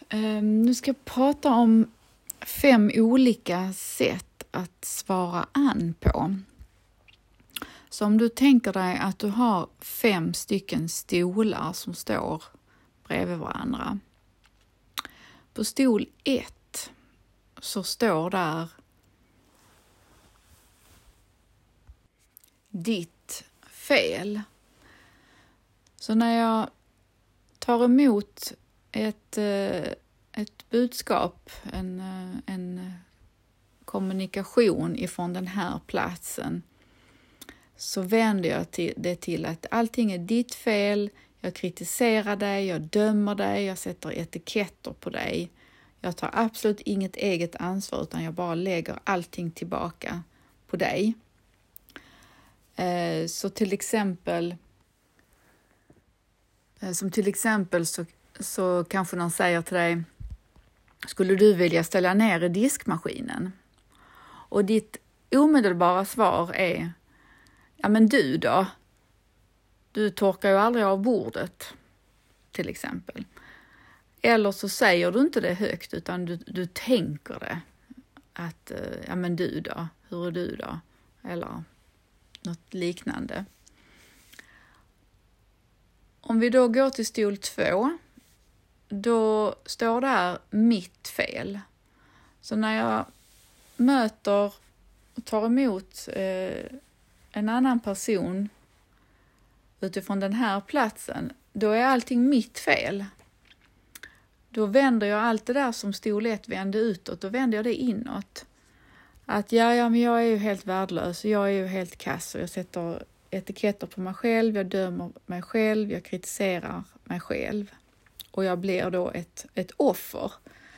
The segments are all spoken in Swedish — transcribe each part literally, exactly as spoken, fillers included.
Um, nu ska jag prata om fem olika sätt att svara an på. Så om du tänker dig att du har fem stycken stolar som står bredvid varandra. På stol ett så står där ditt fel. Så när jag tar emot ett, ett budskap, en, en kommunikation ifrån den här platsen, så vänder jag till, det till att allting är ditt fel, jag kritiserar dig, jag dömer dig, jag sätter etiketter på dig. Jag tar absolut inget eget ansvar utan jag bara lägger allting tillbaka på dig. Eh, så till exempel, eh, som till exempel så, så kanske någon säger till dig, skulle du vilja ställa ner i diskmaskinen? Och ditt omedelbara svar är, ja men du då? Du torkar ju aldrig av bordet, till exempel. Eller så säger du inte det högt utan du, du tänker det. Att, ja men du då? Hur är du då? Eller något liknande. Om vi då går till stol två, då står där mitt fel. Så när jag möter och tar emot eh, en annan person utifrån den här platsen, då är allting mitt fel. Då vänder jag allt det där som stol ett vände utåt, då vänder jag det inåt. Att ja, ja, men jag är ju helt värdelös, jag är ju helt kass och jag sätter etiketter på mig själv, jag dömer mig själv, jag kritiserar mig själv. Och jag blir då ett, ett offer.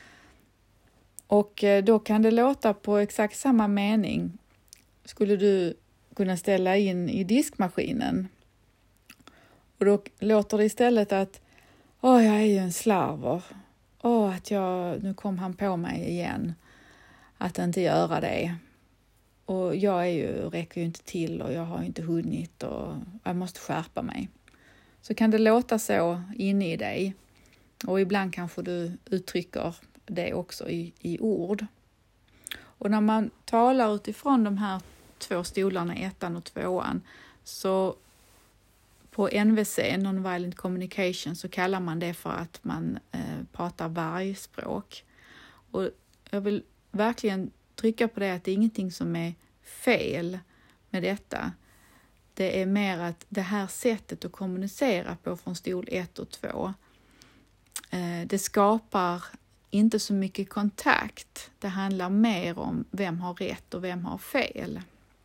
Och då kan det låta på exakt samma mening. Skulle du kunna ställa in i diskmaskinen? Och då låter det istället att åh, jag är ju en slarver. Åh, att jag, nu kom han på mig igen. Att inte göra det. Och jag är ju, räcker ju inte till och jag har ju inte hunnit och jag måste skärpa mig. Så kan det låta så inne i dig. Och ibland kanske du uttrycker det också i, i ord. Och när man talar utifrån de här två stolarna, ettan och tvåan, så på N V C, Non-Violent Communication, så kallar man det för att man eh, pratar vargspråk. Och jag vill verkligen trycka på det att det är ingenting som är fel med detta. Det är mer att det här sättet att kommunicera på från stol ett och två, eh, det skapar inte så mycket kontakt. Det handlar mer om vem har rätt och vem har fel.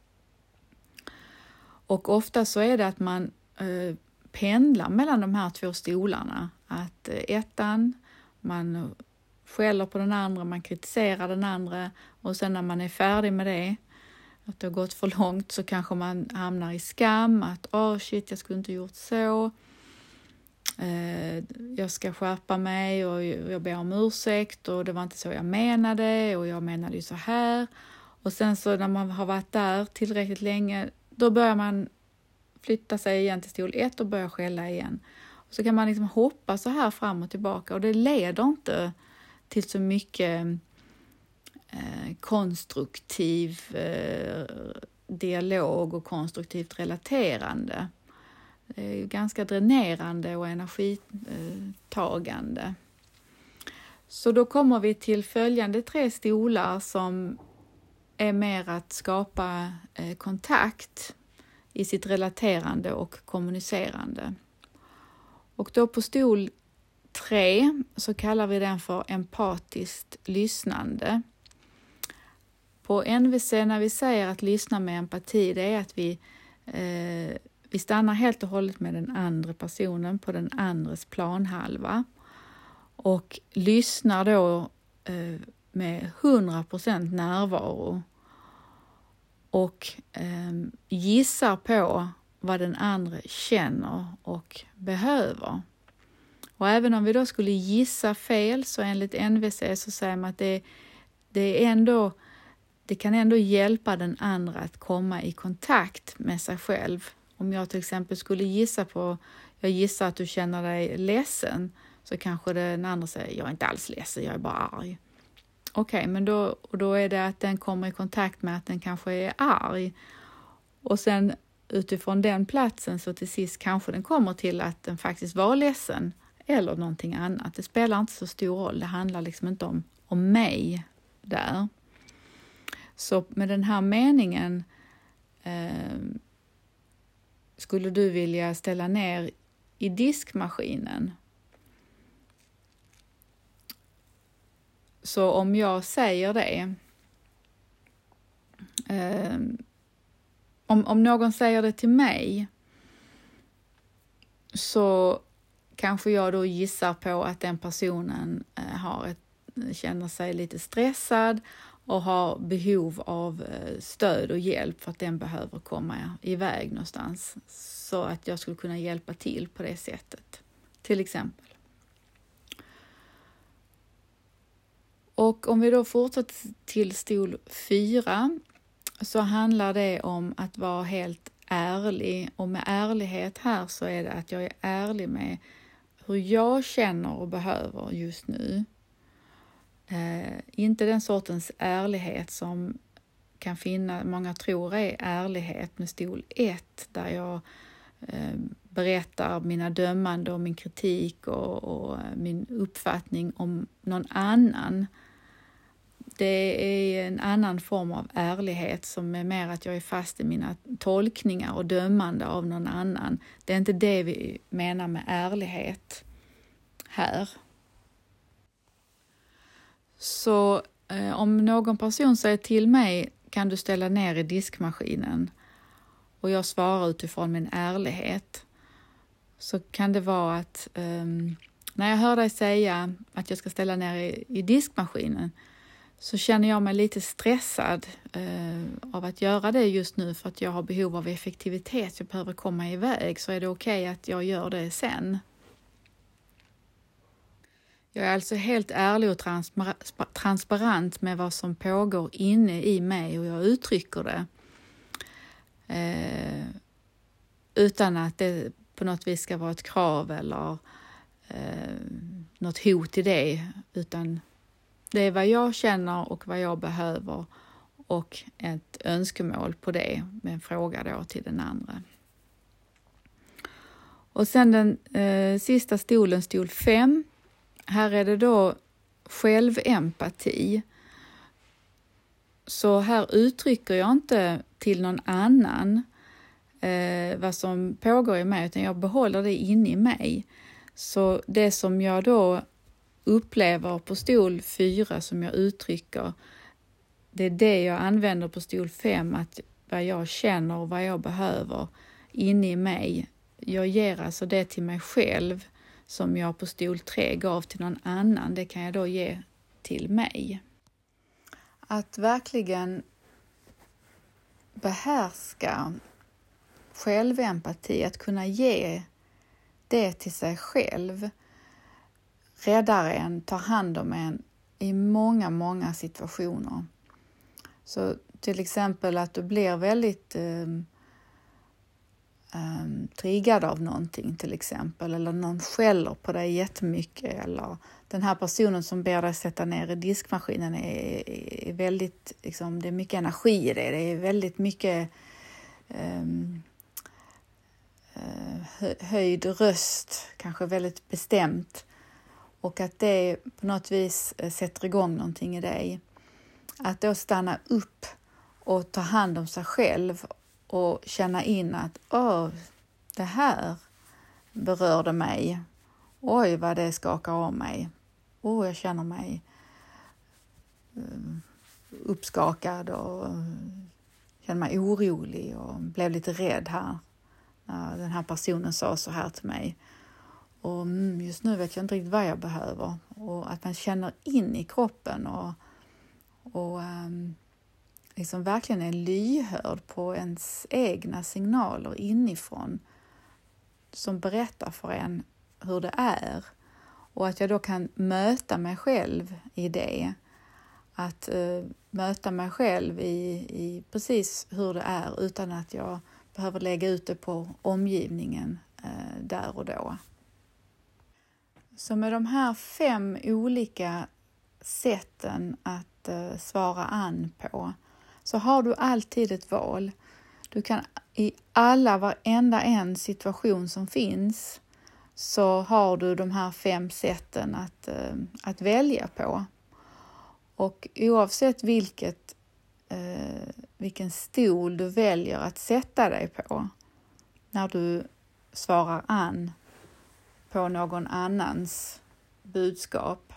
Och ofta så är det att man eh, pendlar mellan de här två stolarna. Att eh, ettan, man skäller på den andra, man kritiserar den andra och sen när man är färdig med det, att det har gått för långt, så kanske man hamnar i skam. Att åh oh shit, jag skulle inte gjort så. Eh, jag ska skärpa mig och jag ber om ursäkt och det var inte så jag menade och jag menade ju så här. Och sen så när man har varit där tillräckligt länge, då börjar man flytta sig igen till stol ett och börja skälla igen. Och så kan man liksom hoppa så här fram och tillbaka och det leder inte till så mycket eh, konstruktiv eh, dialog och konstruktivt relaterande. Det är ju ganska dränerande och energitagande. Så då kommer vi till följande tre stolar som är mer att skapa eh, kontakt i sitt relaterande och kommunicerande. Och då på stol tre så kallar vi den för empatiskt lyssnande. På N V C när vi säger att lyssna med empati, det är att vi, eh, vi stannar helt och hållet med den andra personen på den andres planhalva och lyssnar då eh, med hundra procent närvaro och eh, gissar på vad den andra känner och behöver. Och även om vi då skulle gissa fel, så enligt N V C så säger man att det, det, är ändå, det kan ändå hjälpa den andra att komma i kontakt med sig själv. Om jag till exempel skulle gissa på, jag gissar att du känner dig ledsen, så kanske den andra säger, jag är inte alls ledsen, jag är bara arg. Okej, okay, men då, och då är det att den kommer i kontakt med att den kanske är arg. Och sen utifrån den platsen så till sist kanske den kommer till att den faktiskt var ledsen eller någonting annat. Det spelar inte så stor roll, det handlar liksom inte om, om mig där. Så med den här meningen eh, skulle du vilja ställa ner i diskmaskinen. Så om jag säger det, eh, om, om någon säger det till mig, så kanske jag då gissar på att den personen eh, har ett, känner sig lite stressad och har behov av eh, stöd och hjälp för att den behöver komma iväg någonstans. Så att jag skulle kunna hjälpa till på det sättet, till exempel. Och om vi då fortsätter till stol fyra, så handlar det om att vara helt ärlig. Och med ärlighet här så är det att jag är ärlig med hur jag känner och behöver just nu. Eh, inte den sortens ärlighet som kan finna, många tror är ärlighet med stol ett, där jag eh, berättar mina dömande och min kritik och, och min uppfattning om någon annan. Det är en annan form av ärlighet som är mer att jag är fast i mina tolkningar och dömande av någon annan. Det är inte det vi menar med ärlighet här. Så eh, om någon person säger till mig, kan du ställa ner i diskmaskinen? Och jag svarar utifrån min ärlighet. Så kan det vara att eh, när jag hör dig säga att jag ska ställa ner i, i diskmaskinen, så känner jag mig lite stressad eh, av att göra det just nu för att jag har behov av effektivitet. Jag behöver komma iväg, så är det okej att jag gör det sen. Jag är alltså helt ärlig och transpar- transparent med vad som pågår inne i mig och jag uttrycker det. Eh, utan att det på något vis ska vara ett krav eller eh, något hot i det, utan det är vad jag känner och vad jag behöver och ett önskemål på det med en fråga då till den andra. Och sen den eh, sista stolen, stol fem. Här är det då självempati. Så här uttrycker jag inte till någon annan eh, vad som pågår i mig, utan jag behåller det inne i mig. Så det som jag då upplever på stol fyra som jag uttrycker, det är det jag använder på stol fem, att vad jag känner och vad jag behöver inne i mig. Jag ger alltså det till mig själv som jag på stol tre gav till någon annan, det kan jag då ge till mig. Att verkligen behärska självempati, att kunna ge det till sig själv, räddar en, tar hand om en i många, många situationer. Så till exempel att du blir väldigt um, um, triggad av någonting till exempel, eller någon skäller på dig jättemycket, eller den här personen som ber dig sätta ner i diskmaskinen är, är väldigt, liksom, det är mycket energi i det, det är väldigt mycket um, uh, höjd röst, kanske väldigt bestämt. Och att det på något vis sätter igång någonting i dig. Att då stanna upp och ta hand om sig själv och känna in att åh, det här berörde mig. Oj, vad det skakar om mig. Åh, jag känner mig uppskakad och känner mig orolig och blev lite rädd här när den här personen sa så här till mig. Och just nu vet jag inte riktigt vad jag behöver. Och att man känner in i kroppen och, och um, liksom verkligen är lyhörd på ens egna signaler inifrån som berättar för en hur det är. Och att jag då kan möta mig själv i det. Att uh, möta mig själv i, i precis hur det är utan att jag behöver lägga ut det på omgivningen uh, där och då. Så med de här fem olika sätten att uh, svara an på så har du alltid ett val. Du kan i alla, varenda en situation som finns så har du de här fem sätten att, uh, att välja på. Och oavsett vilket, uh, vilken stol du väljer att sätta dig på när du svarar an på någon annans budskap,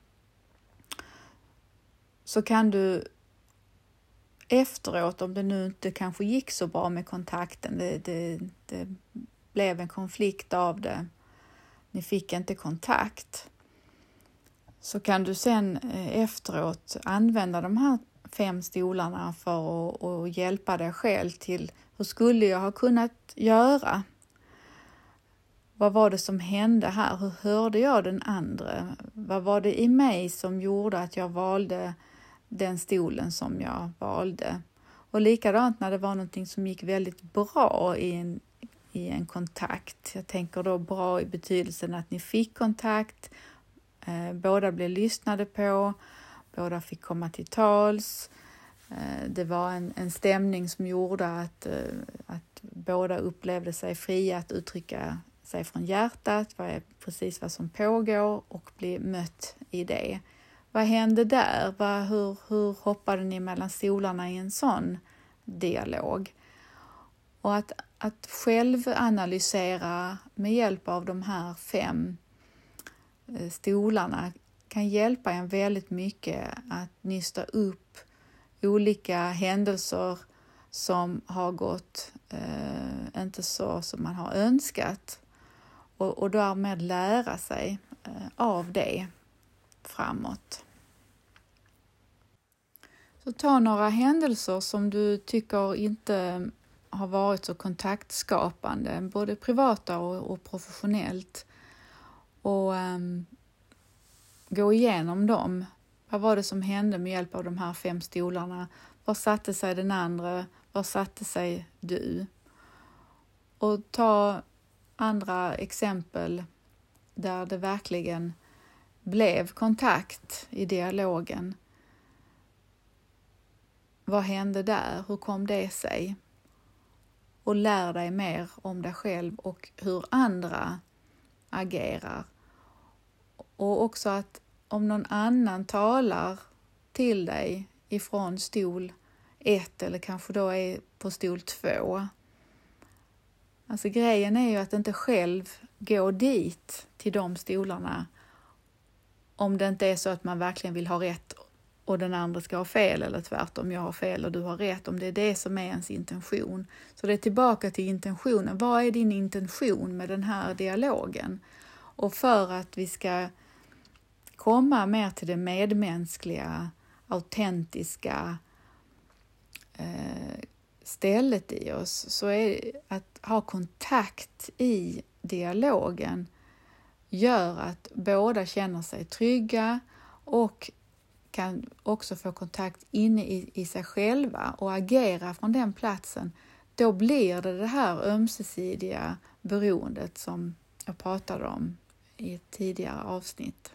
så kan du efteråt, om det nu inte kanske gick så bra med kontakten, det, det, det blev en konflikt av det, ni fick inte kontakt, så kan du sen efteråt använda de här fem stolarna för att, att hjälpa dig själv till hur skulle jag ha kunnat göra? Vad var det som hände här? Hur hörde jag den andra? Vad var det i mig som gjorde att jag valde den stolen som jag valde? Och likadant när det var någonting som gick väldigt bra i en, i en kontakt. Jag tänker då bra i betydelsen att ni fick kontakt, eh, båda blev lyssnade på, båda fick komma till tals. Eh, det var en, en stämning som gjorde att, eh, att båda upplevde sig fria att uttrycka sig från hjärtat, vad är precis vad som pågår och bli mött i det. Vad hände där? Vad, hur, hur hoppade ni mellan stolarna i en sån dialog? Och att, att själv analysera med hjälp av de här fem stolarna kan hjälpa en väldigt mycket att nysta upp olika händelser som har gått eh, inte så som man har önskat. Och, och därmed lära sig eh, av det framåt. Så ta några händelser som du tycker inte har varit så kontaktskapande, både privata och, och professionellt. Och um, gå igenom dem. Vad var det som hände med hjälp av de här fem stolarna? Var satte sig den andra? Var satte sig du? Och ta andra exempel där det verkligen blev kontakt i dialogen. Vad hände där? Hur kom det sig? Och lär dig mer om dig själv och hur andra agerar. Och också att om någon annan talar till dig ifrån stol ett eller kanske då är på stol två. Alltså grejen är ju att inte själv gå dit till de stolarna om det inte är så att man verkligen vill ha rätt och den andra ska ha fel, eller tvärtom, jag har fel och du har rätt, om det är det som är ens intention. Så det är tillbaka till intentionen. Vad är din intention med den här dialogen? Och för att vi ska komma mer till det medmänskliga, autentiska eh, stället i oss, så är att ha kontakt i dialogen gör att båda känner sig trygga och kan också få kontakt inne i, i sig själva och agera från den platsen. Då blir det det här ömsesidiga beroendet som jag pratade om i ett tidigare avsnitt.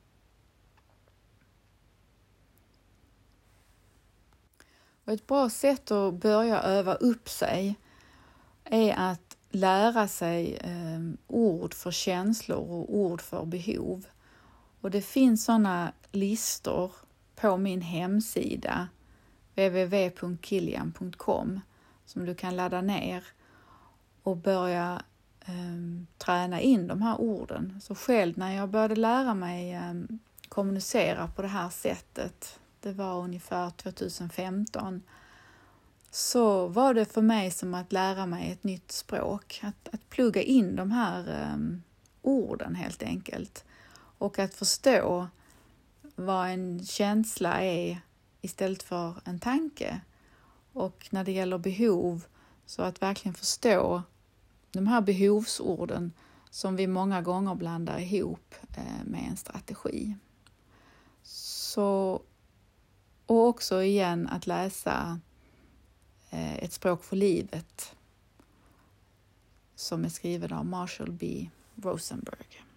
Och ett bra sätt att börja öva upp sig är att lära sig eh, ord för känslor och ord för behov. Och det finns sådana listor på min hemsida w w w punkt kilian punkt com som du kan ladda ner och börja eh, träna in de här orden. Så själv när jag började lära mig eh, kommunicera på det här sättet, det var ungefär tjugohundrafemton, så var det för mig som att lära mig ett nytt språk. Att, att plugga in de här um, orden helt enkelt. Och att förstå vad en känsla är istället för en tanke. Och när det gäller behov, så att verkligen förstå de här behovsorden som vi många gånger blandar ihop eh, med en strategi. Så, och också igen att läsa Ett språk för livet som är skriven av Marshall B. Rosenberg.